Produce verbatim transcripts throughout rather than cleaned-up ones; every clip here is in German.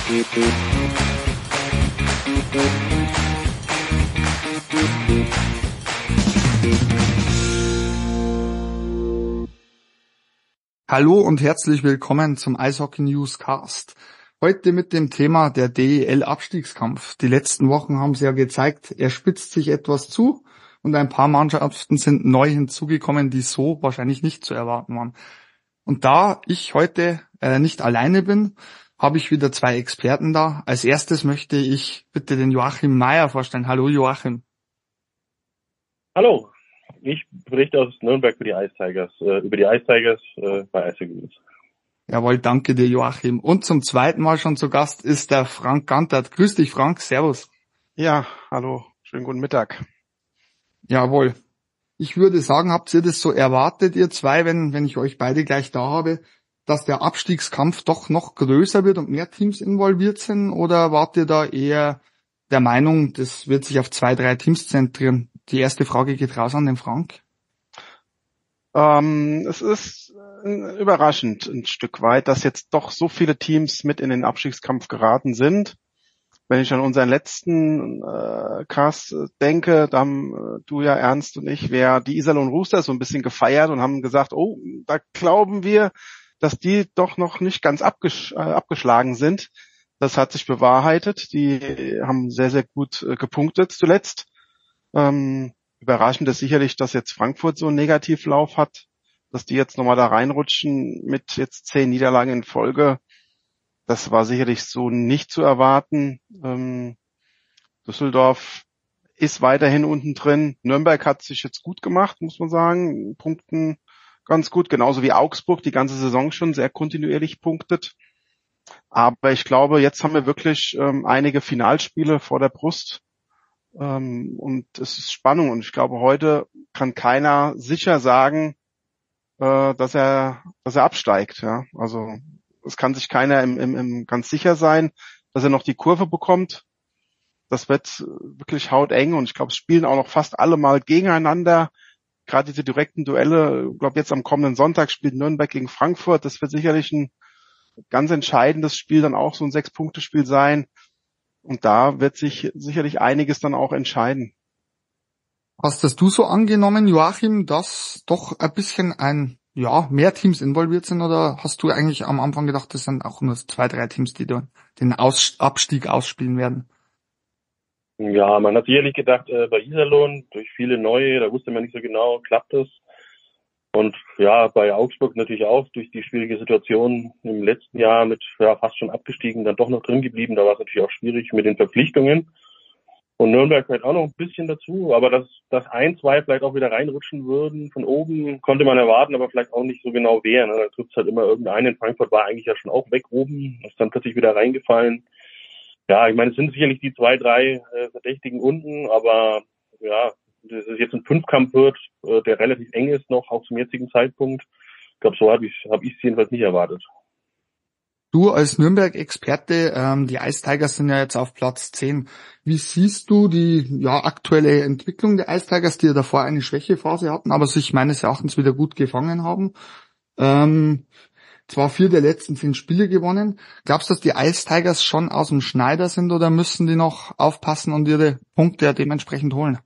Hallo und herzlich willkommen zum Eishockey Newscast. Heute mit dem Thema der D E L-Abstiegskampf. Die letzten Wochen haben sie ja gezeigt, er spitzt sich etwas zu und ein paar Mannschaften sind neu hinzugekommen, die so wahrscheinlich nicht zu erwarten waren. Und da ich heute äh, nicht alleine bin, habe ich wieder zwei Experten da. Als erstes möchte ich bitte den Joachim Meyer vorstellen. Hallo Joachim. Hallo. Ich berichte aus Nürnberg für die Ice Tigers, äh, über die Ice Tigers äh, bei Eishockey News. Jawohl, danke dir, Joachim. Und zum zweiten Mal schon zu Gast ist der Frank Gantert. Grüß dich, Frank. Servus. Ja, hallo. Schönen guten Mittag. Jawohl. Ich würde sagen, habt ihr das so erwartet, ihr zwei, wenn, wenn ich euch beide gleich da habe, dass der Abstiegskampf doch noch größer wird und mehr Teams involviert sind? Oder wart ihr da eher der Meinung, das wird sich auf zwei, drei Teams zentrieren? Die erste Frage geht raus an den Frank. Ähm, es ist äh, überraschend ein Stück weit, dass jetzt doch so viele Teams mit in den Abstiegskampf geraten sind. Wenn ich an unseren letzten äh, Cast denke, da haben äh, du ja, Ernst und ich, wer die Iserlohn Roosters so ein bisschen gefeiert und haben gesagt, oh, da glauben wir, dass die doch noch nicht ganz abgesch- äh, abgeschlagen sind. Das hat sich bewahrheitet. Die haben sehr, sehr gut äh, gepunktet zuletzt. Ähm, überraschend ist sicherlich, dass jetzt Frankfurt so einen Negativlauf hat, dass die jetzt nochmal da reinrutschen mit jetzt zehn Niederlagen in Folge. Das war sicherlich so nicht zu erwarten. Ähm, Düsseldorf ist weiterhin unten drin. Nürnberg hat sich jetzt gut gemacht, muss man sagen. Punkten ganz gut, genauso wie Augsburg die ganze Saison schon sehr kontinuierlich punktet. Aber ich glaube, jetzt haben wir wirklich ähm, einige Finalspiele vor der Brust. Um, und es ist Spannung und ich glaube, heute kann keiner sicher sagen, äh, dass er, dass er absteigt. Ja, also es kann sich keiner im, im, im ganz sicher sein, dass er noch die Kurve bekommt. Das wird wirklich hauteng und ich glaube, es spielen auch noch fast alle mal gegeneinander. Gerade diese direkten Duelle. Ich glaube, jetzt am kommenden Sonntag spielt Nürnberg gegen Frankfurt. Das wird sicherlich ein ganz entscheidendes Spiel, dann auch so ein Sechs-Punkte-Spiel sein. Und da wird sich sicherlich einiges dann auch entscheiden. Hast das du so angenommen, Joachim, dass doch ein bisschen ein, ja, mehr Teams involviert sind, oder hast du eigentlich am Anfang gedacht, das sind auch nur zwei, drei Teams, die den Aus- Abstieg ausspielen werden? Ja, man hat sicherlich gedacht, äh, bei Iserlohn, durch viele neue, da wusste man nicht so genau, klappt das. Und ja, bei Augsburg natürlich auch, durch die schwierige Situation im letzten Jahr mit ja, fast schon abgestiegen, dann doch noch drin geblieben. Da war es natürlich auch schwierig mit den Verpflichtungen. Und Nürnberg vielleicht auch noch ein bisschen dazu, aber dass, dass ein, zwei vielleicht auch wieder reinrutschen würden von oben, konnte man erwarten, aber vielleicht auch nicht so genau wer. Ne? Da trifft es halt immer irgendeinen. In Frankfurt war eigentlich ja schon auch weg oben, ist dann plötzlich wieder reingefallen. Ja, ich meine, es sind sicherlich die zwei, drei äh, Verdächtigen unten, aber ja, dass es jetzt ein Fünfkampf wird, äh, der relativ eng ist noch, auch zum jetzigen Zeitpunkt. Ich glaube, so habe ich es hab ich's jedenfalls nicht erwartet. Du als Nürnberg-Experte, ähm, die Ice Tigers sind ja jetzt auf Platz zehn. Wie siehst du die ja aktuelle Entwicklung der Ice Tigers, die ja davor eine Schwächephase hatten, aber sich meines Erachtens wieder gut gefangen haben? Ähm, zwar vier der letzten zehn Spiele gewonnen. Glaubst du, dass die Ice Tigers schon aus dem Schneider sind oder müssen die noch aufpassen und ihre Punkte dementsprechend holen?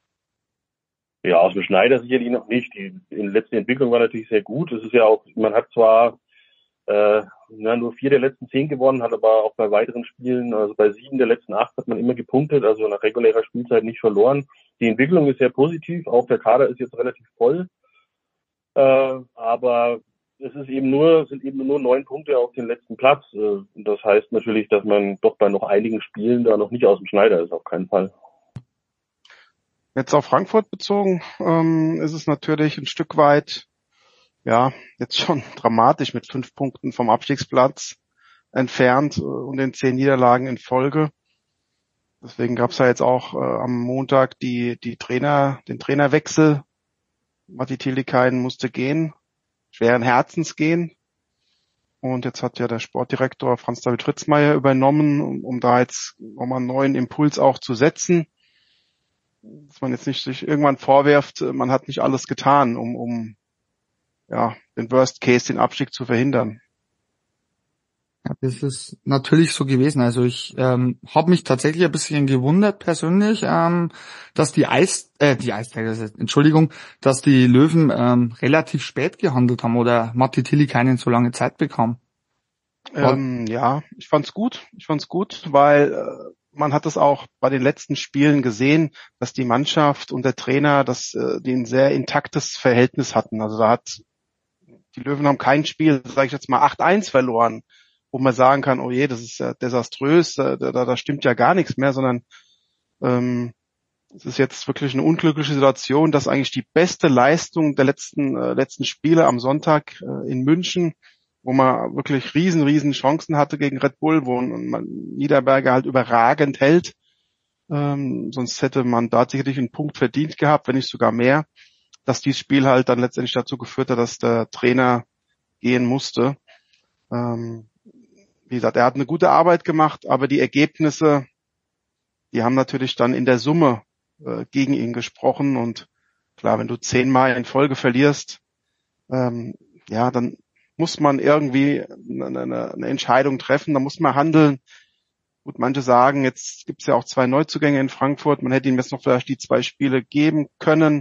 Ja, aus dem Schneider sicherlich noch nicht. Die, die letzte Entwicklung war natürlich sehr gut. Es ist ja auch, man hat zwar äh, ja, nur vier der letzten zehn gewonnen, hat aber auch bei weiteren Spielen, also bei sieben der letzten acht hat man immer gepunktet, also nach regulärer Spielzeit nicht verloren. Die Entwicklung ist sehr positiv, auch der Kader ist jetzt relativ voll, äh, aber es ist eben nur, sind eben nur neun Punkte auf den letzten Platz. Äh, das heißt natürlich, dass man doch bei noch einigen Spielen da noch nicht aus dem Schneider ist, auf keinen Fall. Jetzt auf Frankfurt bezogen, ähm, ist es natürlich ein Stück weit, ja, jetzt schon dramatisch mit fünf Punkten vom Abstiegsplatz entfernt äh, und den zehn Niederlagen in Folge. Deswegen gab es ja jetzt auch äh, am Montag die die Trainer, den Trainerwechsel. Matti Tiilikainen musste gehen, schweren Herzens gehen. Und jetzt hat ja der Sportdirektor Franz-David Fritzmeier übernommen, um, um da jetzt nochmal einen neuen Impuls auch zu setzen. Dass man jetzt nicht sich irgendwann vorwirft, man hat nicht alles getan, um, um ja den Worst Case, den Abstieg zu verhindern. Ja, das ist natürlich so gewesen. Also ich ähm, habe mich tatsächlich ein bisschen gewundert persönlich, ähm, dass die Eis, äh, die Eisträger, Entschuldigung, dass die Löwen ähm, relativ spät gehandelt haben oder Matti Tilly keinen so lange Zeit bekam. Ähm, ja, ich fand's gut. Ich fand's gut, weil äh, man hat es auch bei den letzten Spielen gesehen, dass die Mannschaft und der Trainer, dass äh, die ein sehr intaktes Verhältnis hatten. Also da hat die Löwen haben kein Spiel, sage ich jetzt mal, acht eins verloren, wo man sagen kann, oh je, das ist ja desaströs, da, da, da stimmt ja gar nichts mehr, sondern ähm, es ist jetzt wirklich eine unglückliche Situation, dass eigentlich die beste Leistung der letzten äh, letzten Spiele am Sonntag äh, in München, wo man wirklich riesen, riesen Chancen hatte gegen Red Bull, wo man Niederberger halt überragend hält. Ähm, sonst hätte man da sicherlich einen Punkt verdient gehabt, wenn nicht sogar mehr, dass dieses Spiel halt dann letztendlich dazu geführt hat, dass der Trainer gehen musste. Ähm, wie gesagt, er hat eine gute Arbeit gemacht, aber die Ergebnisse, die haben natürlich dann in der Summe äh, gegen ihn gesprochen. Und klar, wenn du zehnmal in Folge verlierst, ähm, ja, dann muss man irgendwie eine, eine, eine Entscheidung treffen, da muss man handeln. Gut, manche sagen, jetzt gibt es ja auch zwei Neuzugänge in Frankfurt, man hätte ihm jetzt noch vielleicht die zwei Spiele geben können.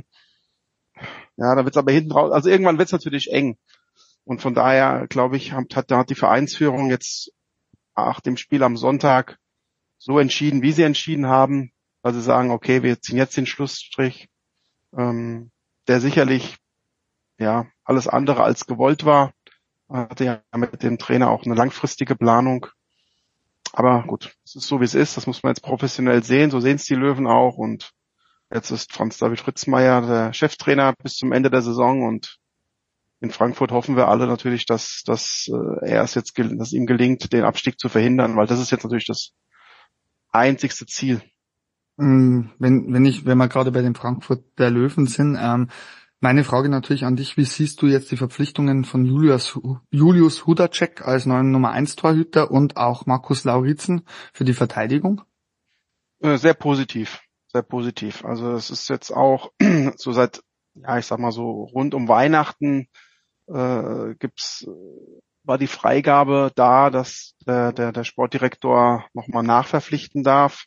Ja, da wird es aber hinten raus, also irgendwann wird es natürlich eng. Und von daher, glaube ich, hat, hat die Vereinsführung jetzt nach dem Spiel am Sonntag so entschieden, wie sie entschieden haben, weil sie sagen, okay, wir ziehen jetzt den Schlussstrich, ähm, der sicherlich ja alles andere als gewollt war. Hatte ja mit dem Trainer auch eine langfristige Planung. Aber gut, es ist so, wie es ist. Das muss man jetzt professionell sehen. So sehen es die Löwen auch. Und jetzt ist Franz-David Ritzmeier der Cheftrainer bis zum Ende der Saison. Und in Frankfurt hoffen wir alle natürlich, dass, dass äh, er es jetzt, dass ihm gelingt, den Abstieg zu verhindern, weil das ist jetzt natürlich das einzigste Ziel. Wenn, wenn ich, wenn wir gerade bei den Frankfurt der Löwen sind, ähm, meine Frage natürlich an dich, wie siehst du jetzt die Verpflichtungen von Julius, Julius Hudacek als neuen Nummer eins Torhüter und auch Markus Lauritzen für die Verteidigung? Sehr positiv, sehr positiv. Also es ist jetzt auch so seit, ja ich sag mal so rund um Weihnachten äh, gibt's, war die Freigabe da, dass der, der, der Sportdirektor nochmal nachverpflichten darf.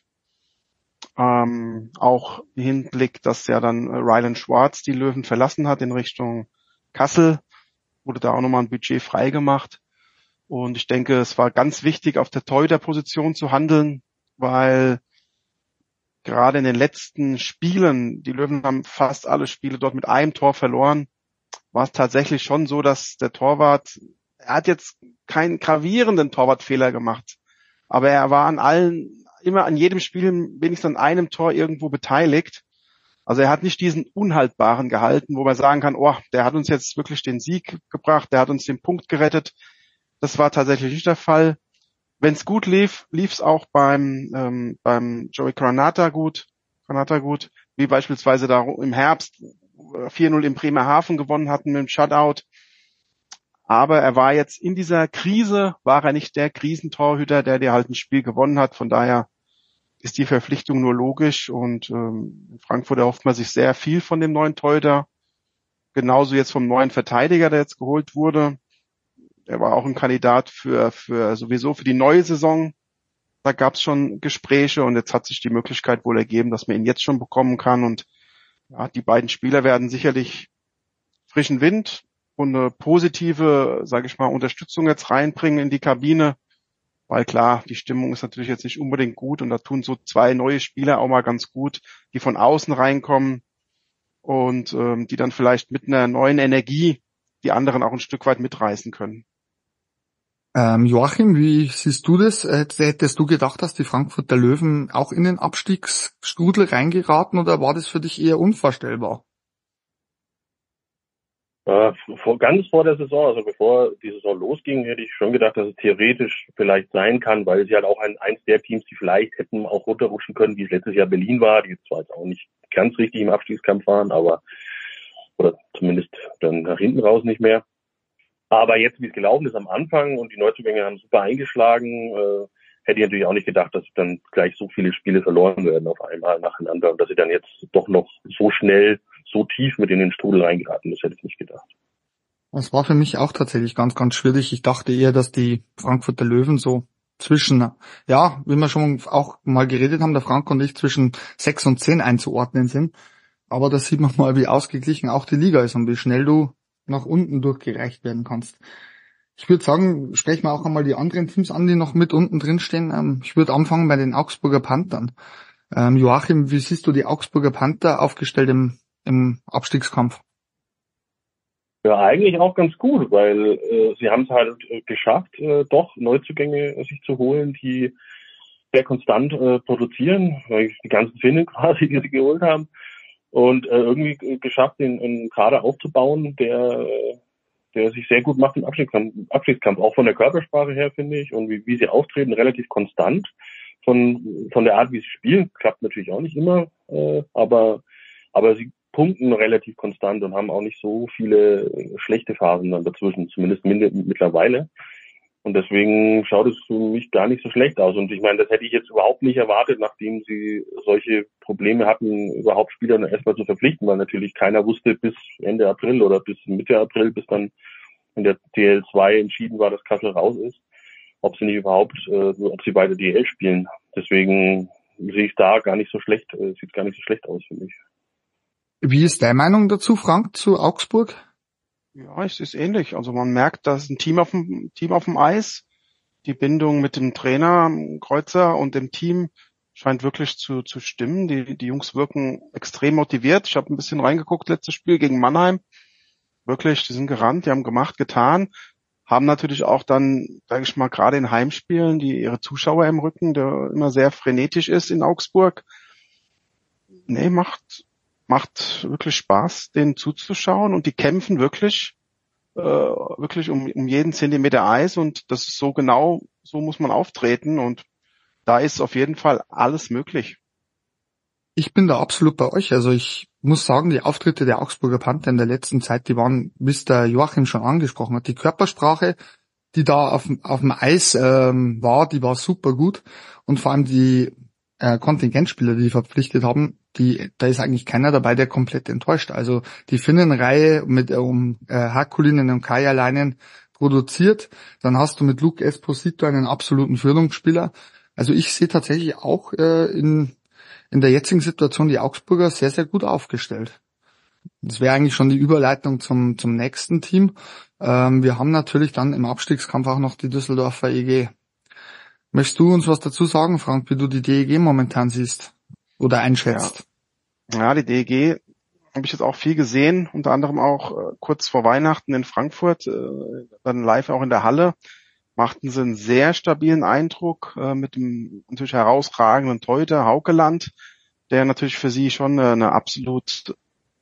Ähm, auch im Hinblick, dass ja dann Ryland Schwartz die Löwen verlassen hat in Richtung Kassel, wurde da auch nochmal ein Budget freigemacht. Und ich denke, es war ganz wichtig, auf der Torhüterposition zu handeln, weil gerade in den letzten Spielen, die Löwen haben fast alle Spiele dort mit einem Tor verloren, war es tatsächlich schon so, dass der Torwart, er hat jetzt keinen gravierenden Torwartfehler gemacht, aber er war an allen immer an jedem Spiel wenigstens an einem Tor irgendwo beteiligt. Also er hat nicht diesen Unhaltbaren gehalten, wo man sagen kann, oh, der hat uns jetzt wirklich den Sieg gebracht, der hat uns den Punkt gerettet. Das war tatsächlich nicht der Fall. Wenn es gut lief, lief es auch beim ähm, beim Joey Granata gut, Granata gut, wie beispielsweise da im Herbst vier null in Bremerhaven gewonnen hatten mit dem Shutout. Aber er war jetzt in dieser Krise, war er nicht der Krisentorhüter, der dir halt ein Spiel gewonnen hat. Von daher ist die Verpflichtung nur logisch. Und ähm, in Frankfurt erhofft man sich sehr viel von dem neuen Torhüter. Genauso jetzt vom neuen Verteidiger, der jetzt geholt wurde. Er war auch ein Kandidat für für sowieso für die neue Saison. Da gab es schon Gespräche und jetzt hat sich die Möglichkeit wohl ergeben, dass man ihn jetzt schon bekommen kann. Und ja, die beiden Spieler werden sicherlich frischen Wind und eine positive, sage ich mal, Unterstützung jetzt reinbringen in die Kabine, weil klar, die Stimmung ist natürlich jetzt nicht unbedingt gut und da tun so zwei neue Spieler auch mal ganz gut, die von außen reinkommen und ähm, die dann vielleicht mit einer neuen Energie die anderen auch ein Stück weit mitreißen können. Ähm, Joachim, wie siehst du das? Hättest du gedacht, dass die Frankfurter Löwen auch in den Abstiegsstrudel reingeraten oder war das für dich eher unvorstellbar? Äh, vor, ganz vor der Saison, also bevor die Saison losging, hätte ich schon gedacht, dass es theoretisch vielleicht sein kann, weil sie halt auch ein, eins der Teams, die vielleicht hätten auch runterrutschen können, wie es letztes Jahr Berlin war, die zwar jetzt auch nicht ganz richtig im Abstiegskampf waren, aber oder zumindest dann nach hinten raus nicht mehr. Aber jetzt, wie es gelaufen ist am Anfang und die Neuzugänge haben super eingeschlagen, äh, hätte ich natürlich auch nicht gedacht, dass dann gleich so viele Spiele verloren werden auf einmal nacheinander und dass sie dann jetzt doch noch so schnell, so tief mit in den Strudel reingeraten. Das hätte ich nicht gedacht. Das war für mich auch tatsächlich ganz, ganz schwierig. Ich dachte eher, dass die Frankfurter Löwen so zwischen, ja, wie wir schon auch mal geredet haben, der Frank und ich, zwischen sechs und zehn einzuordnen sind. Aber da sieht man mal, wie ausgeglichen auch die Liga ist und wie schnell du nach unten durchgereicht werden kannst. Ich würde sagen, sprechen wir auch einmal die anderen Teams an, die noch mit unten drin stehen. Ähm, ich würde anfangen bei den Augsburger Panthern. Ähm, Joachim, wie siehst du die Augsburger Panther aufgestellt im, im Abstiegskampf? Ja, eigentlich auch ganz gut, weil äh, sie haben es halt äh, geschafft, äh, doch Neuzugänge äh, sich zu holen, die sehr konstant äh, produzieren, weil die ganzen Finnen quasi, die sie geholt haben, und äh, irgendwie äh, geschafft, den, einen Kader aufzubauen, der äh, der sich sehr gut macht im Abstiegskampf, Abstiegskampf, auch von der Körpersprache her, finde ich, und wie, wie sie auftreten, relativ konstant. Von von der Art, wie sie spielen, klappt natürlich auch nicht immer, äh, aber aber sie punkten relativ konstant und haben auch nicht so viele schlechte Phasen dann dazwischen, zumindest mittlerweile. Und deswegen schaut es für mich gar nicht so schlecht aus. Und ich meine, das hätte ich jetzt überhaupt nicht erwartet, nachdem sie solche Probleme hatten, überhaupt Spieler erstmal zu verpflichten, weil natürlich keiner wusste bis Ende April oder bis Mitte April, bis dann in der D L zwei entschieden war, dass Kassel raus ist, ob sie nicht überhaupt, äh, ob sie beide D L spielen. Deswegen sehe ich da gar nicht so schlecht, äh, sieht gar nicht so schlecht aus, finde ich. Wie ist deine Meinung dazu, Frank, zu Augsburg? Ja, es ist ähnlich. Also man merkt, da ist ein Team auf dem Team auf dem Eis. Die Bindung mit dem Trainer Kreuzer und dem Team scheint wirklich zu zu stimmen. Die die Jungs wirken extrem motiviert. Ich habe ein bisschen reingeguckt, letztes Spiel gegen Mannheim. Wirklich, die sind gerannt, die haben gemacht, getan. Haben natürlich auch dann, sage ich mal, gerade in Heimspielen, die ihre Zuschauer im Rücken, der immer sehr frenetisch ist in Augsburg. Nee, macht macht wirklich Spaß, denen zuzuschauen, und die kämpfen wirklich, äh, wirklich um, um jeden Zentimeter Eis, und das ist so genau, so muss man auftreten, und da ist auf jeden Fall alles möglich. Ich bin da absolut bei euch. Also ich muss sagen, die Auftritte der Augsburger Panther in der letzten Zeit, die waren, wie es der Joachim schon angesprochen hat, die Körpersprache, die da auf, auf dem Eis ähm, war, die war super gut, und vor allem die äh, Kontingentspieler, die die verpflichtet haben, die, da ist eigentlich keiner dabei, der komplett enttäuscht. Also die Finnenreihe mit um äh, Hakulinen und Kajalainen produziert, dann hast du mit Luke Esposito einen absoluten Führungsspieler. Also ich sehe tatsächlich auch äh, in in der jetzigen Situation die Augsburger sehr, sehr gut aufgestellt. Das wäre eigentlich schon die Überleitung zum zum nächsten Team. Ähm, wir haben natürlich dann im Abstiegskampf auch noch die Düsseldorfer E G. Möchtest du uns was dazu sagen, Frank, wie du die D E G momentan siehst oder einschätzt? Ja, ja, die D E G habe ich jetzt auch viel gesehen, unter anderem auch äh, kurz vor Weihnachten in Frankfurt, äh, dann live auch in der Halle. Machten sie einen sehr stabilen Eindruck äh, mit dem natürlich herausragenden Torhüter Haukeland, der natürlich für sie schon eine, eine absolut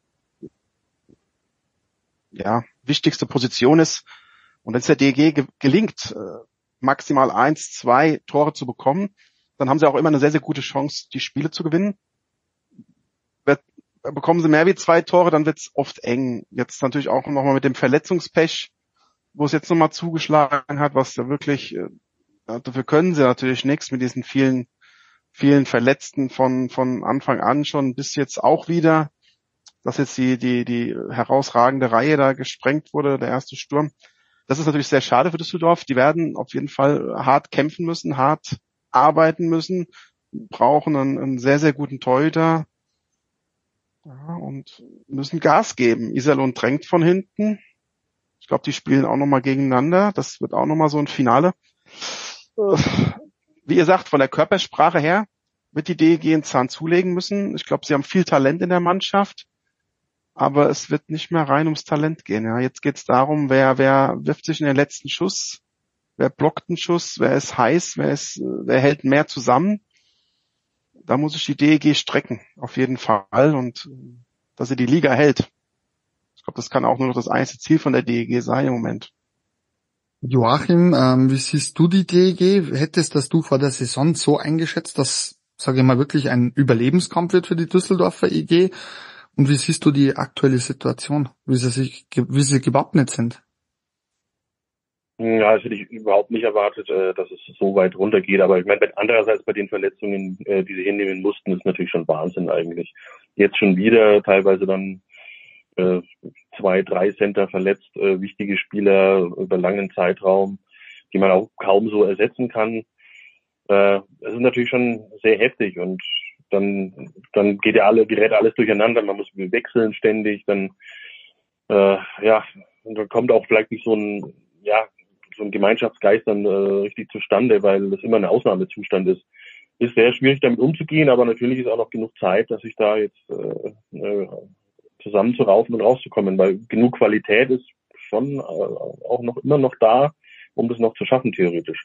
ja wichtigste Position ist. Und wenn es der D E G ge- gelingt, äh, maximal eins, zwei Tore zu bekommen, dann haben sie auch immer eine sehr, sehr gute Chance, die Spiele zu gewinnen. Wird, bekommen sie mehr wie zwei Tore, dann wird es oft eng. Jetzt natürlich auch nochmal mit dem Verletzungspech, wo es jetzt nochmal zugeschlagen hat, was ja wirklich, äh, dafür können sie natürlich nichts mit diesen vielen, vielen Verletzten von, von Anfang an schon bis jetzt auch wieder, dass jetzt die, die, die herausragende Reihe da gesprengt wurde, der erste Sturm. Das ist natürlich sehr schade für Düsseldorf. Die werden auf jeden Fall hart kämpfen müssen, hart arbeiten müssen, brauchen einen, einen sehr, sehr guten Torhüter, ja, und müssen Gas geben. Iserlohn drängt von hinten. Ich glaube, die spielen auch nochmal gegeneinander. Das wird auch nochmal so ein Finale. Wie ihr sagt, von der Körpersprache her wird die D E G einen Zahn zulegen müssen. Ich glaube, sie haben viel Talent in der Mannschaft, aber es wird nicht mehr rein ums Talent gehen. Ja, jetzt geht es darum, wer, wer wirft sich in den letzten Schuss, wer blockt einen Schuss, wer ist heiß, wer ist, wer hält mehr zusammen. Da muss sich die D E G strecken, auf jeden Fall, und dass sie die Liga hält. Ich glaube, das kann auch nur noch das einzige Ziel von der D E G sein im Moment. Joachim, ähm, wie siehst du die D E G? Hättest das du vor der Saison so eingeschätzt, dass, sage ich mal, wirklich ein Überlebenskampf wird für die Düsseldorfer E G? Und wie siehst du die aktuelle Situation, wie sie sich, wie sie gewappnet sind? Ja, das hätte ich überhaupt nicht erwartet, dass es so weit runtergeht. Aber ich meine, andererseits bei den Verletzungen, die sie hinnehmen mussten, ist natürlich schon Wahnsinn eigentlich. Jetzt schon wieder teilweise dann äh, zwei, drei Center verletzt, äh, wichtige Spieler über langen Zeitraum, die man auch kaum so ersetzen kann. Äh, das ist natürlich schon sehr heftig und dann dann geht ja alle, gerät alles durcheinander, man muss wechseln ständig, dann äh, ja, und dann kommt auch vielleicht nicht so ein, ja, so ein Gemeinschaftsgeist dann äh, richtig zustande, weil das immer ein Ausnahmezustand ist. Ist sehr schwierig damit umzugehen, aber natürlich ist auch noch genug Zeit, dass sich da jetzt äh, äh, zusammenzuraufen und rauszukommen, weil genug Qualität ist schon äh, auch noch immer noch da, um das noch zu schaffen, theoretisch.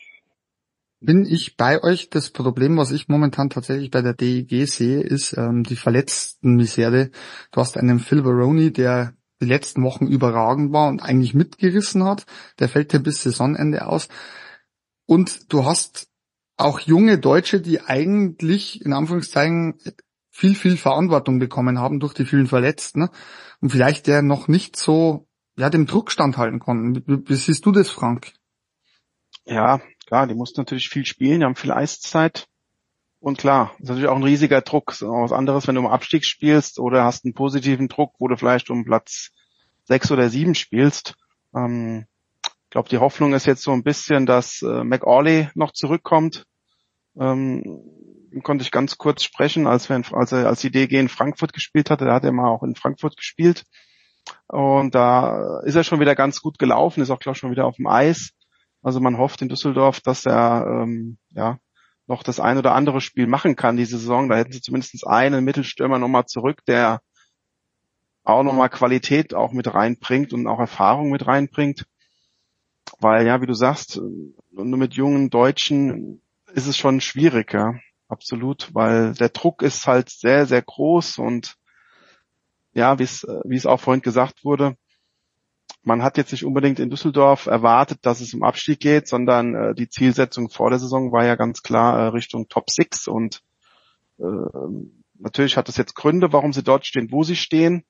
Bin ich bei euch. Das Problem, was ich momentan tatsächlich bei der D E G sehe, ist ähm, die Verletztenmisere. Du hast einen Phil Baroni, der die letzten Wochen überragend war und eigentlich mitgerissen hat. Der fällt ja bis Saisonende aus. Und du hast auch junge Deutsche, die eigentlich, in Anführungszeichen, viel, viel Verantwortung bekommen haben durch die vielen Verletzten und vielleicht der noch nicht so, ja, dem Druck standhalten konnten. Wie, wie siehst du das, Frank? Ja, klar, die mussten natürlich viel spielen, die haben viel Eiszeit. Und klar, ist natürlich auch ein riesiger Druck. Ist auch was anderes, wenn du um Abstieg spielst oder hast einen positiven Druck, wo du vielleicht um Platz sechs oder sieben spielst. Ähm, ich glaube, die Hoffnung ist jetzt so ein bisschen, dass äh, McAuley noch zurückkommt. Ähm, konnte ich ganz kurz sprechen, als wir in, als er als die D G in Frankfurt gespielt hatte. Da hat er mal auch in Frankfurt gespielt. Und da ist er schon wieder ganz gut gelaufen, ist auch, glaube ich, schon wieder auf dem Eis. Also man hofft in Düsseldorf, dass er ähm, ja noch das ein oder andere Spiel machen kann diese Saison. Da hätten sie zumindest einen Mittelstürmer nochmal zurück, der auch nochmal Qualität auch mit reinbringt und auch Erfahrung mit reinbringt. Weil, ja, wie du sagst, nur mit jungen Deutschen ist es schon schwierig, ja, absolut, weil der Druck ist halt sehr, sehr groß und ja, wie es wie es auch vorhin gesagt wurde, man hat jetzt nicht unbedingt in Düsseldorf erwartet, dass es um Abstieg geht, sondern äh, die Zielsetzung vor der Saison war ja ganz klar äh, Richtung Top sechs und äh, natürlich hat das jetzt Gründe, warum sie dort stehen, wo sie stehen.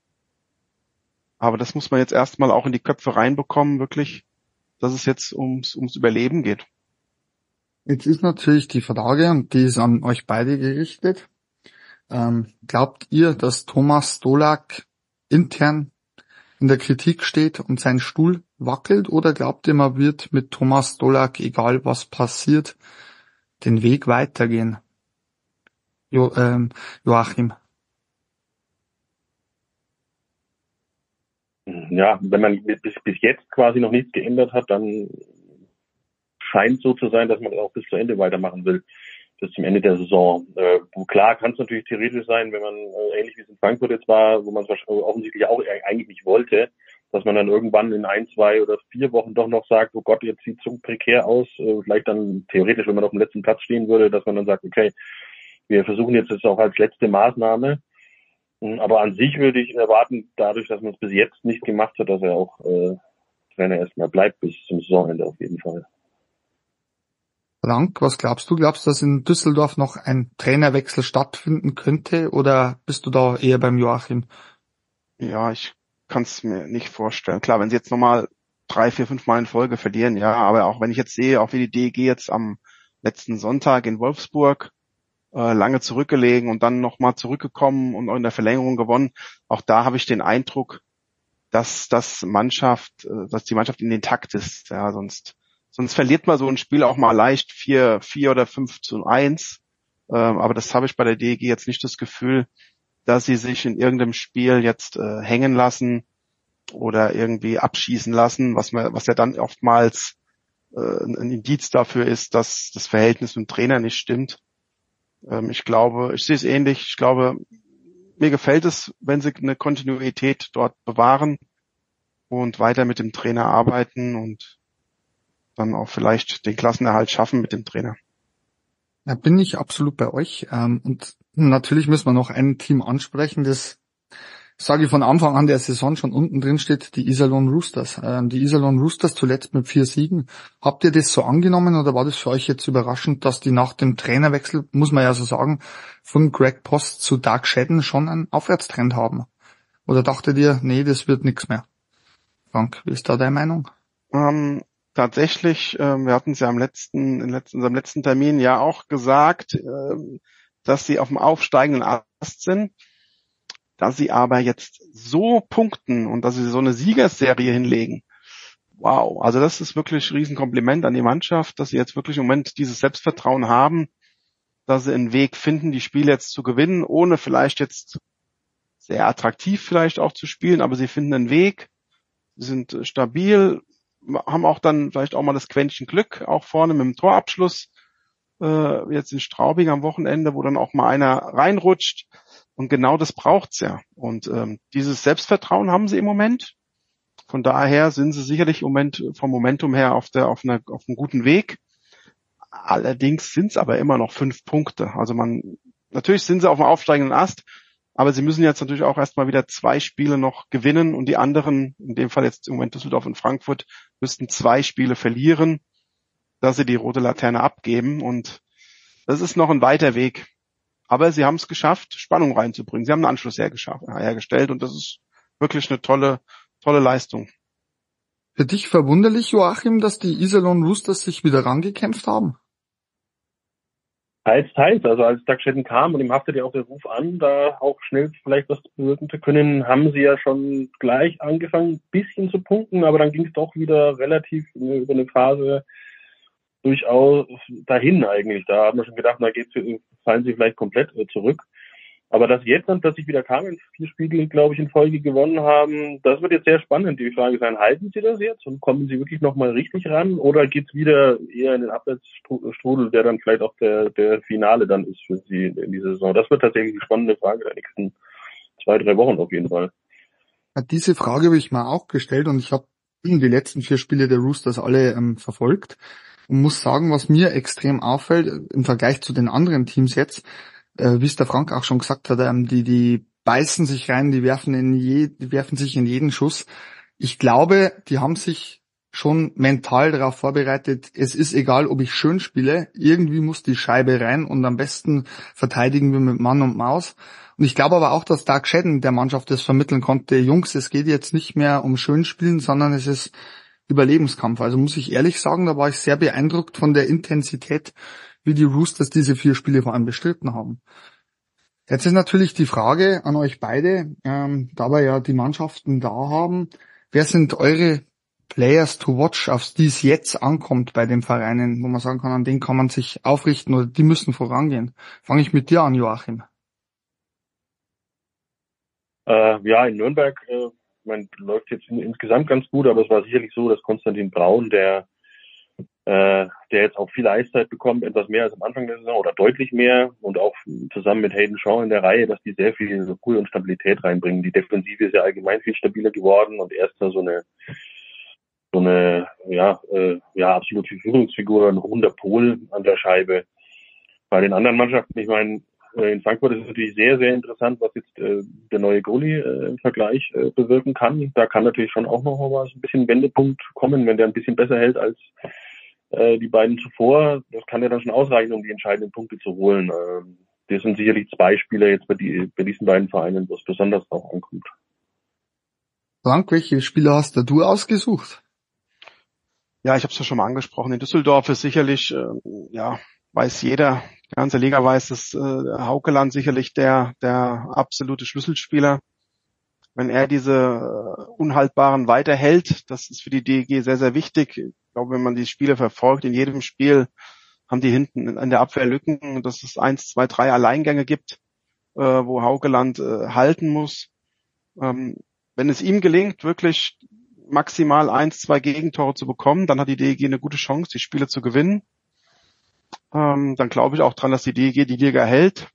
Aber das muss man jetzt erstmal auch in die Köpfe reinbekommen, wirklich, dass es jetzt ums, ums Überleben geht. Jetzt ist natürlich die Frage, und die ist an euch beide gerichtet. Ähm, glaubt ihr, dass Thomas Stolak intern in der Kritik steht und sein Stuhl wackelt, oder glaubt ihr, man wird mit Thomas Stolak, egal was passiert, den Weg weitergehen? Jo, ähm, Joachim. Ja, wenn man bis, bis jetzt quasi noch nichts geändert hat, dann scheint so zu sein, dass man auch bis zu Ende weitermachen will, bis zum Ende der Saison. Äh, klar kann es natürlich theoretisch sein, wenn man, äh, ähnlich wie es in Frankfurt jetzt war, wo man es offensichtlich auch eigentlich nicht wollte, dass man dann irgendwann in ein, zwei oder vier Wochen doch noch sagt, oh Gott, jetzt sieht es so prekär aus, äh, vielleicht dann theoretisch, wenn man auf dem letzten Platz stehen würde, dass man dann sagt, okay, wir versuchen jetzt das auch als letzte Maßnahme. Aber an sich würde ich erwarten, dadurch, dass man es bis jetzt nicht gemacht hat, dass er auch äh, Trainer erstmal bleibt bis zum Saisonende auf jeden Fall. Frank, was glaubst du? Glaubst du, dass in Düsseldorf noch ein Trainerwechsel stattfinden könnte, oder bist du da eher beim Joachim? Ja, ich kann es mir nicht vorstellen. Klar, wenn sie jetzt nochmal drei, vier, fünf Mal in Folge verlieren, ja, aber auch wenn ich jetzt sehe, auch wie die D E G jetzt am letzten Sonntag in Wolfsburg äh, lange zurückgelegen und dann nochmal zurückgekommen und auch in der Verlängerung gewonnen, auch da habe ich den Eindruck, dass das Mannschaft, äh, dass die Mannschaft in den Takt ist, ja, sonst Sonst verliert man so ein Spiel auch mal leicht vier, vier oder fünf zu eins. Ähm, aber das habe ich bei der D E G jetzt nicht das Gefühl, dass sie sich in irgendeinem Spiel jetzt äh, hängen lassen oder irgendwie abschießen lassen, was man, was ja dann oftmals äh, ein Indiz dafür ist, dass das Verhältnis mit dem Trainer nicht stimmt. Ähm, ich glaube, ich sehe es ähnlich. Ich glaube, mir gefällt es, wenn sie eine Kontinuität dort bewahren und weiter mit dem Trainer arbeiten und dann auch vielleicht den Klassenerhalt schaffen mit dem Trainer. Da bin ich absolut bei euch. Ähm, und natürlich müssen wir noch ein Team ansprechen, das, sage ich von Anfang an der Saison schon unten drin steht, die Iserlohn Roosters. Ähm, die Iserlohn Roosters zuletzt mit vier Siegen. Habt ihr das so angenommen, oder war das für euch jetzt überraschend, dass die nach dem Trainerwechsel, muss man ja so sagen, von Greg Post zu Doug Shedden schon einen Aufwärtstrend haben? Oder dachtet ihr, nee, das wird nichts mehr? Frank, wie ist da deine Meinung? Ähm, Tatsächlich, äh, wir hatten es ja am letzten, in letzten, unserem letzten Termin ja auch gesagt, äh, dass sie auf dem aufsteigenden Ast sind. Dass sie aber jetzt so punkten und dass sie so eine Siegesserie hinlegen, wow, also das ist wirklich ein Riesenkompliment an die Mannschaft, dass sie jetzt wirklich im Moment dieses Selbstvertrauen haben, dass sie einen Weg finden, die Spiele jetzt zu gewinnen, ohne vielleicht jetzt sehr attraktiv vielleicht auch zu spielen, aber sie finden einen Weg, sie sind stabil, haben auch dann vielleicht auch mal das Quäntchen Glück, auch vorne mit dem Torabschluss, äh, jetzt in Straubing am Wochenende, wo dann auch mal einer reinrutscht. Und genau das braucht's ja. Und ähm, dieses Selbstvertrauen haben sie im Moment. Von daher sind sie sicherlich im Moment vom Momentum her auf der auf einer auf einem guten Weg. Allerdings sind es aber immer noch fünf Punkte. Also man natürlich sind sie auf dem aufsteigenden Ast, aber sie müssen jetzt natürlich auch erstmal wieder zwei Spiele noch gewinnen und die anderen, in dem Fall jetzt im Moment Düsseldorf und Frankfurt, müssten zwei Spiele verlieren, dass sie die rote Laterne abgeben. Und das ist noch ein weiter Weg. Aber sie haben es geschafft, Spannung reinzubringen. Sie haben einen Anschluss hergestellt und das ist wirklich eine tolle, tolle Leistung. Für dich verwunderlich, Joachim, dass die Iserlohn Roosters sich wieder rangekämpft haben? Teils, teils. Also als Doug Shedden kam und ihm haftet ja auch der Ruf an, da auch schnell vielleicht was bewirken zu können, haben sie ja schon gleich angefangen, ein bisschen zu punkten, aber dann ging es doch wieder relativ über eine Phase durchaus dahin eigentlich. Da hat man schon gedacht, na geht's, fallen sie vielleicht komplett zurück. Aber dass jetzt dann plötzlich wieder kamen, vier Spiele, glaube ich, in Folge gewonnen haben, das wird jetzt sehr spannend. Die Frage sein, halten sie das jetzt und kommen sie wirklich nochmal richtig ran oder geht's wieder eher in den Abwärtsstrudel, der dann vielleicht auch der, der Finale dann ist für sie in dieser Saison? Das wird tatsächlich eine spannende Frage der nächsten zwei, drei Wochen auf jeden Fall. Ja, diese Frage habe ich mir auch gestellt und ich habe die letzten vier Spiele der Roosters alle ähm, verfolgt und muss sagen, was mir extrem auffällt im Vergleich zu den anderen Teams jetzt, äh, wie es der Frank auch schon gesagt hat, ähm, die die beißen sich rein, die werfen in je, die werfen sich in jeden Schuss. Ich glaube, die haben sich schon mental darauf vorbereitet, es ist egal, ob ich schön spiele, irgendwie muss die Scheibe rein und am besten verteidigen wir mit Mann und Maus. Und ich glaube aber auch, dass Doug Shedden der Mannschaft das vermitteln konnte, Jungs, es geht jetzt nicht mehr um schön spielen, sondern es ist Überlebenskampf. Also muss ich ehrlich sagen, da war ich sehr beeindruckt von der Intensität, wie die Roosters diese vier Spiele vor allem bestritten haben. Jetzt ist natürlich die Frage an euch beide, ähm, da wir ja die Mannschaften da haben, wer sind eure Players to watch, auf die es jetzt ankommt bei den Vereinen, wo man sagen kann, an denen kann man sich aufrichten oder die müssen vorangehen? Fange ich mit dir an, Joachim. Äh, ja, in Nürnberg, äh, man läuft jetzt in, insgesamt ganz gut, aber es war sicherlich so, dass Konstantin Braun, der äh, der jetzt auch viel Eiszeit bekommt, etwas mehr als am Anfang der Saison oder deutlich mehr und auch zusammen mit Hayden Shaw in der Reihe, dass die sehr viel Ruhe und Stabilität reinbringen. Die Defensive ist ja allgemein viel stabiler geworden und er ist da so eine so eine ja äh, ja absolute Führungsfigur, ein runder Pol an der Scheibe. Bei den anderen Mannschaften, ich meine, in Frankfurt ist es natürlich sehr, sehr interessant, was jetzt äh, der neue Goalie äh, im Vergleich äh, bewirken kann. Da kann natürlich schon auch noch mal ein bisschen Wendepunkt kommen, wenn der ein bisschen besser hält als äh, die beiden zuvor. Das kann ja dann schon ausreichen, um die entscheidenden Punkte zu holen. Ähm, das sind sicherlich zwei Spieler jetzt bei, die, bei diesen beiden Vereinen, wo es besonders drauf ankommt. Frank, welche Spieler hast du ausgesucht? Ja, ich habe es ja schon mal angesprochen. In Düsseldorf ist sicherlich, äh, ja, weiß jeder, die ganze Liga weiß, dass äh, Haukeland sicherlich der der absolute Schlüsselspieler. Wenn er diese äh, Unhaltbaren weiterhält, das ist für die D E G sehr, sehr wichtig. Ich glaube, wenn man die Spiele verfolgt, in jedem Spiel haben die hinten in der Abwehr Lücken, dass es eins, zwei, drei Alleingänge gibt, äh, wo Haukeland äh, halten muss. Ähm, wenn es ihm gelingt, wirklich maximal eins, zwei Gegentore zu bekommen, dann hat die D E G eine gute Chance, die Spiele zu gewinnen. Ähm, dann glaube ich auch dran, dass die D E G die Liga hält.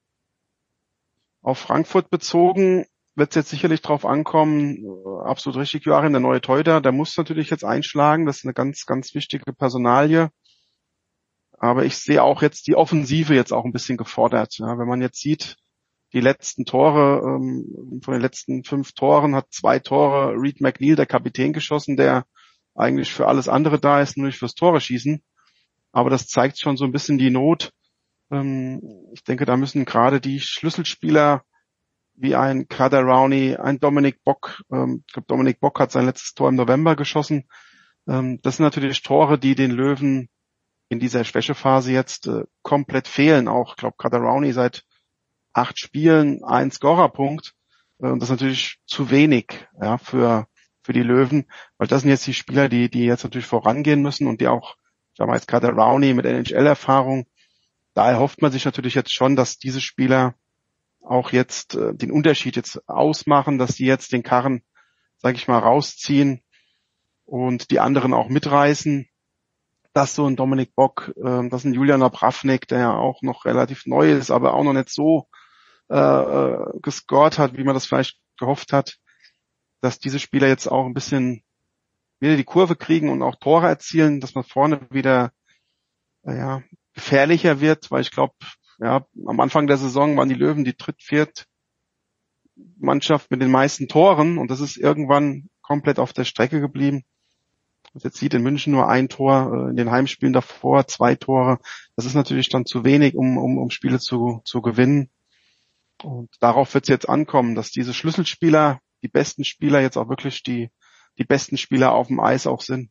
Auf Frankfurt bezogen wird es jetzt sicherlich drauf ankommen, absolut richtig, Joachim, der neue Torhüter, der muss natürlich jetzt einschlagen, das ist eine ganz, ganz wichtige Personalie. Aber ich sehe auch jetzt die Offensive jetzt auch ein bisschen gefordert. Ja, wenn man jetzt sieht, die letzten Tore, ähm, von den letzten fünf Toren hat zwei Tore Reed McNeil, der Kapitän, geschossen, der eigentlich für alles andere da ist, nur nicht fürs Tore schießen. Aber das zeigt schon so ein bisschen die Not. Ähm, ich denke, da müssen gerade die Schlüsselspieler wie ein Kader Rowney, ein Dominik Bock, ähm, ich glaube, Dominik Bock hat sein letztes Tor im November geschossen. Ähm, das sind natürlich Tore, die den Löwen in dieser Schwächephase jetzt äh, komplett fehlen. Auch, ich glaube, Kader Rowney seit acht Spielen, ein Scorerpunkt. Und das ist natürlich zu wenig, ja, für, für die Löwen, weil das sind jetzt die Spieler, die, die jetzt natürlich vorangehen müssen und die auch, sagen wir jetzt gerade Rowney mit N H L-Erfahrung, da erhofft man sich natürlich jetzt schon, dass diese Spieler auch jetzt äh, den Unterschied jetzt ausmachen, dass die jetzt den Karren, sag ich mal, rausziehen und die anderen auch mitreißen. Dass so ein Dominik Bock, äh, dass ein Julian Abravnik, der ja auch noch relativ neu ist, aber auch noch nicht so äh, gescored hat, wie man das vielleicht gehofft hat, dass diese Spieler jetzt auch ein bisschen wieder die Kurve kriegen und auch Tore erzielen, dass man vorne wieder äh, ja, gefährlicher wird, weil ich glaube, ja, am Anfang der Saison waren die Löwen die dritt-, viert Mannschaft mit den meisten Toren und das ist irgendwann komplett auf der Strecke geblieben. Und jetzt sieht in München nur ein Tor, in den Heimspielen davor zwei Tore. Das ist natürlich dann zu wenig, um, um, um Spiele zu, zu gewinnen. Und darauf wird es jetzt ankommen, dass diese Schlüsselspieler, die besten Spieler jetzt auch wirklich die, die besten Spieler auf dem Eis auch sind.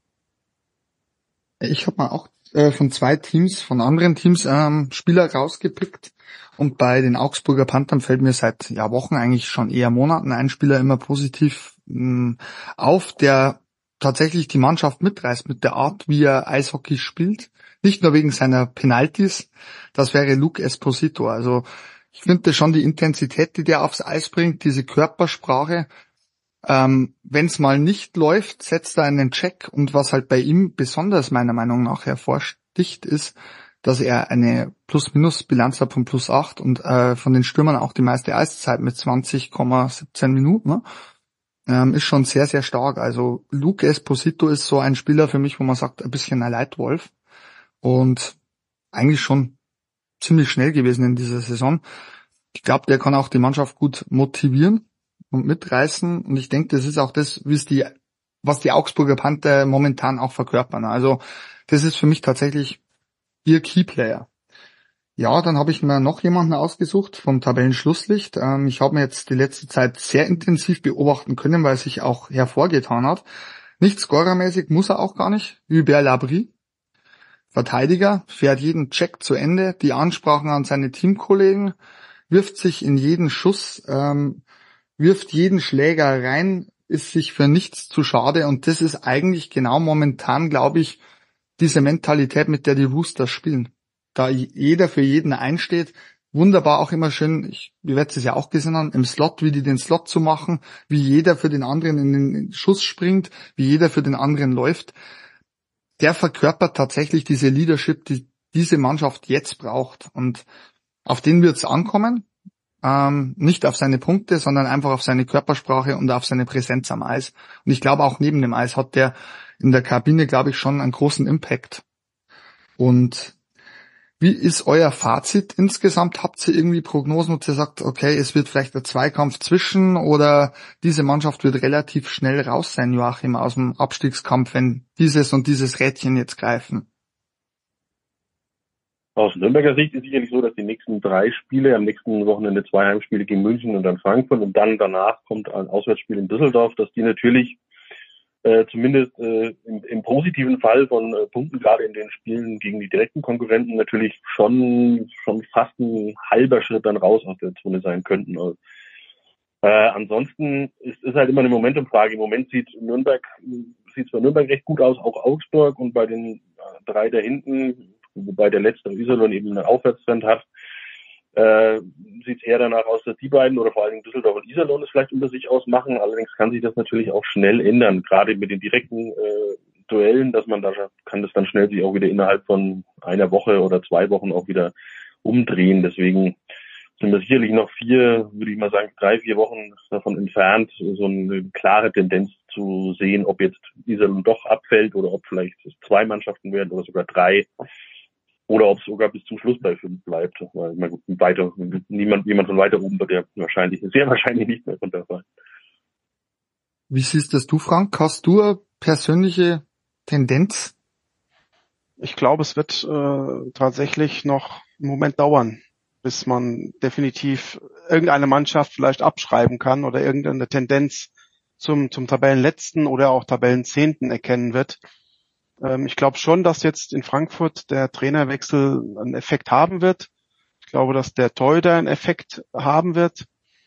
Ich habe mal auch äh, von zwei Teams, von anderen Teams ähm, Spieler rausgepickt. Und bei den Augsburger Panthern fällt mir seit ja, Wochen, eigentlich schon eher Monaten, ein Spieler immer positiv mh, auf, der tatsächlich die Mannschaft mitreißt mit der Art, wie er Eishockey spielt. Nicht nur wegen seiner Penalties. Das wäre Luke Esposito. Also ich finde schon die Intensität, die der aufs Eis bringt, diese Körpersprache. Ähm, wenn es mal nicht läuft, setzt er einen Check. Und was halt bei ihm besonders meiner Meinung nach hervorsticht, ist, dass er eine Plus-Minus-Bilanz hat von plus acht und äh, von den Stürmern auch die meiste Eiszeit mit zwanzig Komma siebzehn Minuten. Ne? Ähm, ist schon sehr, sehr stark. Also Luke Esposito ist so ein Spieler für mich, wo man sagt, ein bisschen ein Leitwolf und eigentlich schon ziemlich schnell gewesen in dieser Saison. Ich glaube, der kann auch die Mannschaft gut motivieren und mitreißen und ich denke, das ist auch das, wie es die, was die Augsburger Panther momentan auch verkörpern. Also das ist für mich tatsächlich ihr Keyplayer. Ja, dann habe ich mir noch jemanden ausgesucht vom Tabellenschlusslicht. Ähm, ich habe mir jetzt die letzte Zeit sehr intensiv beobachten können, weil es sich auch hervorgetan hat. Nicht scorermäßig, muss er auch gar nicht. Hubert Labrie, Verteidiger, fährt jeden Check zu Ende, die Ansprachen an seine Teamkollegen, wirft sich in jeden Schuss, ähm, wirft jeden Schläger rein, ist sich für nichts zu schade und das ist eigentlich genau momentan, glaube ich, diese Mentalität, mit der die Roosters spielen. Da jeder für jeden einsteht, wunderbar auch immer schön, ich, wir werden es ja auch gesehen haben, im Slot, wie die den Slot zu machen, wie jeder für den anderen in den Schuss springt, wie jeder für den anderen läuft. Der verkörpert tatsächlich diese Leadership, die diese Mannschaft jetzt braucht. Und auf den wird es ankommen. Ähm, nicht auf seine Punkte, sondern einfach auf seine Körpersprache und auf seine Präsenz am Eis. Und ich glaube, auch neben dem Eis hat der in der Kabine, glaube ich, schon einen großen Impact. Und wie ist euer Fazit insgesamt? Habt ihr irgendwie Prognosen, wo ihr sagt, okay, es wird vielleicht ein Zweikampf zwischen oder diese Mannschaft wird relativ schnell raus sein, Joachim, aus dem Abstiegskampf, wenn dieses und dieses Rädchen jetzt greifen? Aus Nürnberger Sicht ist sicherlich so, dass die nächsten drei Spiele, am nächsten Wochenende zwei Heimspiele gegen München und dann Frankfurt und dann danach kommt ein Auswärtsspiel in Düsseldorf, dass die natürlich äh, zumindest äh, im, im positiven Fall von äh, Punkten, gerade in den Spielen gegen die direkten Konkurrenten, natürlich schon schon fast ein halber Schritt dann raus aus der Zone sein könnten. Also, äh, ansonsten ist ist halt immer eine Momentumfrage. Im Moment sieht Nürnberg sieht es bei Nürnberg recht gut aus, auch Augsburg und bei den äh, drei da hinten, wobei der letzte Iserlohn eben einen Aufwärtstrend hat, äh, sieht es eher danach aus, dass die beiden oder vor allen Dingen Düsseldorf und Iserlohn es vielleicht unter sich ausmachen. Allerdings kann sich das natürlich auch schnell ändern, gerade mit den direkten äh, Duellen, dass man da kann das dann schnell sich auch wieder innerhalb von einer Woche oder zwei Wochen auch wieder umdrehen. Deswegen sind wir sicherlich noch vier, würde ich mal sagen, drei, vier Wochen davon entfernt, so eine klare Tendenz zu sehen, ob jetzt Iserlohn doch abfällt oder ob vielleicht zwei Mannschaften werden oder sogar drei. Oder ob es sogar bis zum Schluss bei fünf bleibt. Weil man weiter, niemand, jemand von weiter oben wird ja wahrscheinlich, sehr wahrscheinlich nicht mehr runter sein. Wie siehst das du, Frank? Hast du eine persönliche Tendenz? Ich glaube, es wird äh, tatsächlich noch einen Moment dauern, bis man definitiv irgendeine Mannschaft vielleicht abschreiben kann oder irgendeine Tendenz zum, zum Tabellenletzten oder auch Tabellenzehnten erkennen wird. Ich glaube schon, dass jetzt in Frankfurt der Trainerwechsel einen Effekt haben wird. Ich glaube, dass der Torhüter einen Effekt haben wird.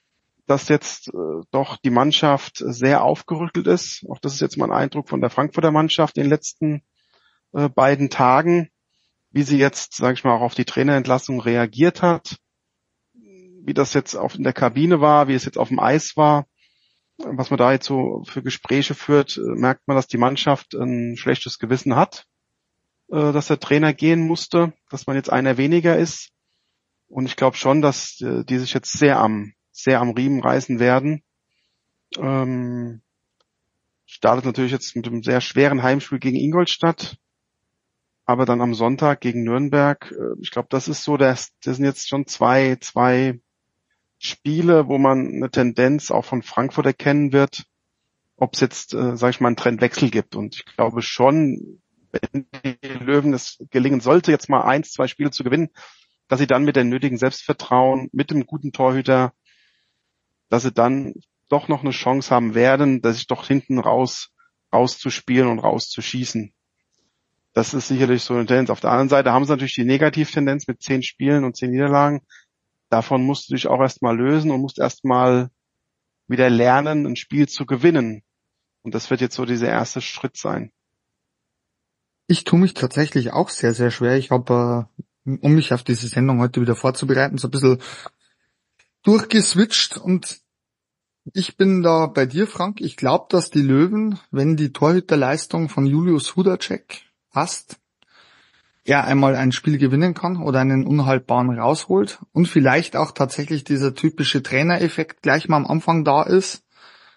dass jetzt äh, doch die Mannschaft sehr aufgerüttelt ist. Auch das ist jetzt mal ein Eindruck von der Frankfurter Mannschaft in den letzten äh, beiden Tagen, wie sie jetzt, sage ich mal, auch auf die Trainerentlassung reagiert hat, wie das jetzt auch in der Kabine war, wie es jetzt auf dem Eis war. Was man da jetzt so für Gespräche führt, merkt man, dass die Mannschaft ein schlechtes Gewissen hat, äh, dass der Trainer gehen musste, dass man jetzt einer weniger ist. Und ich glaube schon, dass äh, die sich jetzt sehr am sehr am Riemen reißen werden. Ähm, startet natürlich jetzt mit einem sehr schweren Heimspiel gegen Ingolstadt, aber dann am Sonntag gegen Nürnberg. Äh, ich glaube, das ist so, das, das sind jetzt schon zwei zwei Spiele, wo man eine Tendenz auch von Frankfurt erkennen wird, ob es jetzt, äh, sage ich mal, einen Trendwechsel gibt. Und ich glaube schon, wenn die Löwen es gelingen sollte, jetzt mal eins, zwei Spiele zu gewinnen, dass sie dann mit dem nötigen Selbstvertrauen, mit dem guten Torhüter, dass sie dann doch noch eine Chance haben werden, dass sich doch hinten raus rauszuspielen und rauszuschießen. Das ist sicherlich so eine Tendenz. Auf der anderen Seite haben sie natürlich die Negativtendenz mit zehn Spielen und zehn Niederlagen. Davon musst du dich auch erstmal lösen und musst erstmal wieder lernen, ein Spiel zu gewinnen. Und das wird jetzt so dieser erste Schritt sein. Ich tue mich tatsächlich auch sehr, sehr schwer. Ich habe, äh, um mich auf diese Sendung heute wieder vorzubereiten, so ein bisschen durchgeswitcht und ich bin da bei dir, Frank. Ich glaube, dass die Löwen, wenn die Torhüterleistung von Julius Hudacek passt, er einmal ein Spiel gewinnen kann oder einen unhaltbaren rausholt und vielleicht auch tatsächlich dieser typische Trainereffekt gleich mal am Anfang da ist,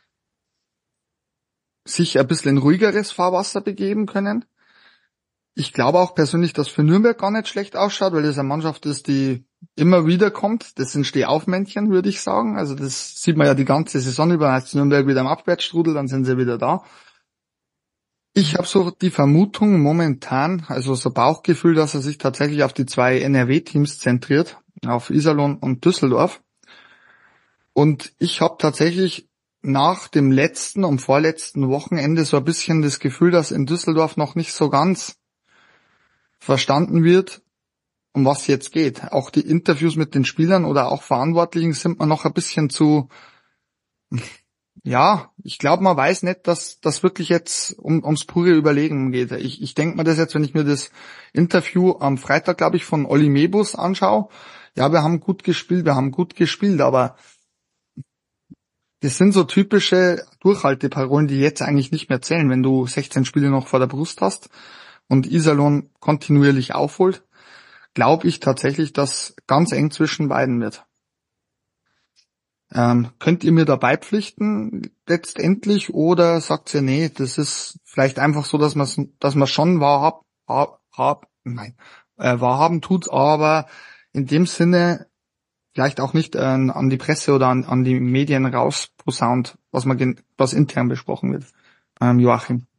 sich ein bisschen in ruhigeres Fahrwasser begeben können. Ich glaube auch persönlich, dass für Nürnberg gar nicht schlecht ausschaut, weil das eine Mannschaft ist, die immer wieder kommt. Das sind Stehaufmännchen, würde ich sagen. Also das sieht man ja die ganze Saison über. Als Nürnberg wieder am Abwärtsstrudel, dann sind sie wieder da. Ich habe so die Vermutung momentan, also so Bauchgefühl, dass er sich tatsächlich auf die zwei N R W-Teams zentriert, auf Iserlohn und Düsseldorf. Und ich habe tatsächlich nach dem letzten und vorletzten Wochenende so ein bisschen das Gefühl, dass in Düsseldorf noch nicht so ganz verstanden wird, um was jetzt geht. Auch die Interviews mit den Spielern oder auch Verantwortlichen sind man noch ein bisschen zu, ja, ich glaube, man weiß nicht, dass das wirklich jetzt um, ums pure Überlegen geht. Ich, ich denke mir das jetzt, wenn ich mir das Interview am Freitag, glaube ich, von Olli Mebus anschaue. Ja, wir haben gut gespielt, wir haben gut gespielt, aber das sind so typische Durchhalteparolen, die jetzt eigentlich nicht mehr zählen, wenn du sechzehn Spiele noch vor der Brust hast und Iserlohn kontinuierlich aufholt, glaube ich tatsächlich, dass ganz eng zwischen beiden wird. Ähm, könnt ihr mir da beipflichten letztendlich oder sagt ihr, nee, das ist vielleicht einfach so, dass man dass man schon wahrhab, hab, hab, nein, äh, wahrhaben tut, aber in dem Sinne vielleicht auch nicht äh, an die Presse oder an, an die Medien rausposaunt, was man gen- was intern besprochen wird. Ähm, Joachim.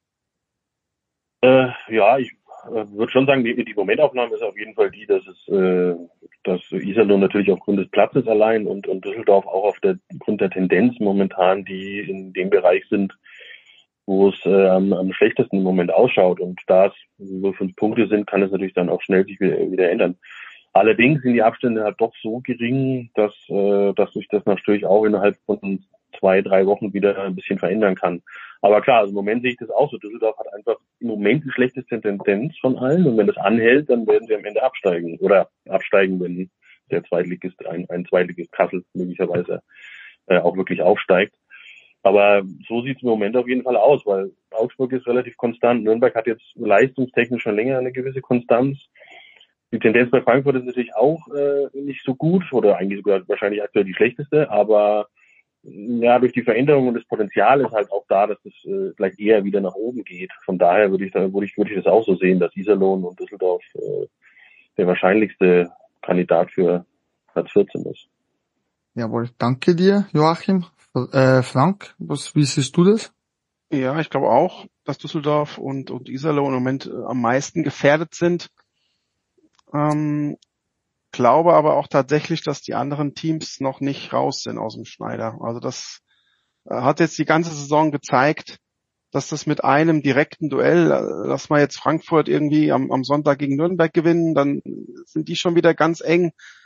Äh, ja, ich äh, würde schon sagen, die, die Momentaufnahme ist auf jeden Fall die, dass es, äh, dass Iserlohn natürlich aufgrund des Platzes allein und, und Düsseldorf auch auf der, aufgrund der Tendenz momentan, die in dem Bereich sind, wo es äh, am, am schlechtesten im Moment ausschaut. Und da es nur fünf Punkte sind, kann es natürlich dann auch schnell sich wieder, wieder ändern. Allerdings sind die Abstände halt doch so gering, dass, äh, dass sich das natürlich auch innerhalb von zwei, drei Wochen wieder ein bisschen verändern kann. Aber klar, also im Moment sehe ich das auch so. Düsseldorf hat einfach im Moment die schlechteste Tendenz von allen. Und wenn das anhält, dann werden sie am Ende absteigen. Oder absteigen, wenn der Zweitligist, ein, ein Zweitligist Kassel möglicherweise äh, auch wirklich aufsteigt. Aber so sieht es im Moment auf jeden Fall aus, weil Augsburg ist relativ konstant. Nürnberg hat jetzt leistungstechnisch schon länger eine gewisse Konstanz. Die Tendenz bei Frankfurt ist natürlich auch äh, nicht so gut oder eigentlich sogar wahrscheinlich aktuell die schlechteste, aber ja, durch die Veränderung und das Potenzial ist halt auch da, dass es äh, vielleicht eher wieder nach oben geht. Von daher würde ich da, würde ich, würde ich das auch so sehen, dass Iserlohn und Düsseldorf äh, der wahrscheinlichste Kandidat für Platz vierzehn ist. Jawohl, danke dir, Joachim. Äh, Frank, was, wie siehst du das? Ja, ich glaube auch, dass Düsseldorf und, und Iserlohn im Moment äh, am meisten gefährdet sind. Ähm, glaube aber auch tatsächlich, dass die anderen Teams noch nicht raus sind aus dem Schneider. Also das äh, hat jetzt die ganze Saison gezeigt, dass das mit einem direkten Duell, äh, dass wir jetzt Frankfurt irgendwie am, am Sonntag gegen Nürnberg gewinnen, dann sind die schon wieder ganz eng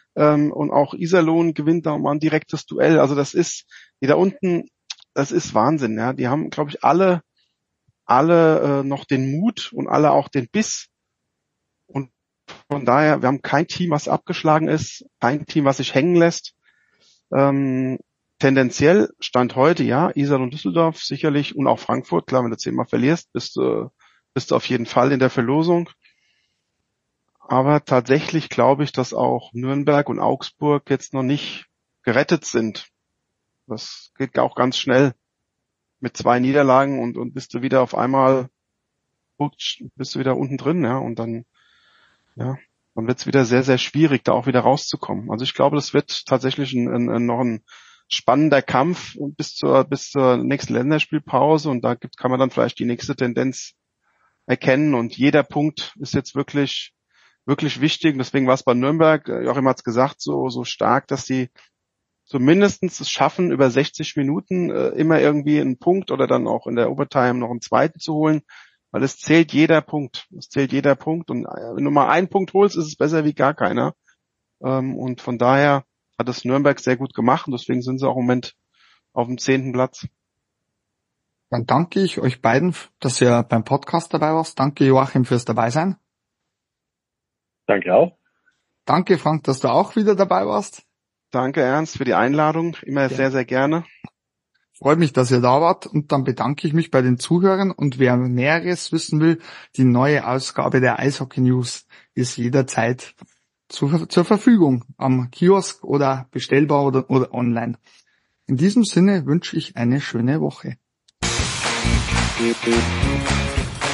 Ähm, und auch Iserlohn gewinnt da mal ein direktes Duell. Also das ist, die da unten, das ist Wahnsinn. Ja, die haben, glaube ich, alle, alle äh, noch den Mut und alle auch den Biss. Und von daher, wir haben kein Team, was abgeschlagen ist, kein Team, was sich hängen lässt. Ähm, tendenziell Stand heute, ja, Iserlohn und Düsseldorf sicherlich und auch Frankfurt. Klar, wenn du zehnmal verlierst, bist du, bist du auf jeden Fall in der Verlosung. Aber tatsächlich glaube ich, dass auch Nürnberg und Augsburg jetzt noch nicht gerettet sind. Das geht auch ganz schnell mit zwei Niederlagen und, und bist du wieder auf einmal, bist du wieder unten drin, ja, und dann, ja, dann wird's wieder sehr, sehr schwierig, da auch wieder rauszukommen. Also ich glaube, das wird tatsächlich ein, ein, ein, noch ein spannender Kampf bis zur, bis zur nächsten Länderspielpause und da gibt, kann man dann vielleicht die nächste Tendenz erkennen und jeder Punkt ist jetzt wirklich wirklich wichtig. Und deswegen war es bei Nürnberg, Joachim hat es gesagt, so so stark, dass sie zumindest es schaffen, über sechzig Minuten äh, immer irgendwie einen Punkt oder dann auch in der Overtime noch einen zweiten zu holen, weil es zählt jeder Punkt. Es zählt jeder Punkt und wenn du mal einen Punkt holst, ist es besser wie gar keiner. Ähm, und von daher hat es Nürnberg sehr gut gemacht und deswegen sind sie auch im Moment auf dem zehnten Platz. Dann danke ich euch beiden, dass ihr beim Podcast dabei warst. Danke Joachim fürs Dabeisein. Danke auch. Danke Frank, dass du auch wieder dabei warst. Danke Ernst für die Einladung, immer ja. sehr, sehr gerne. Freut mich, dass ihr da wart und dann bedanke ich mich bei den Zuhörern und wer Näheres wissen will, die neue Ausgabe der Eishockey News ist jederzeit zu, zur Verfügung am Kiosk oder bestellbar oder, oder online. In diesem Sinne wünsche ich eine schöne Woche.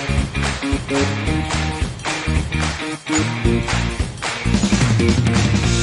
Thank you.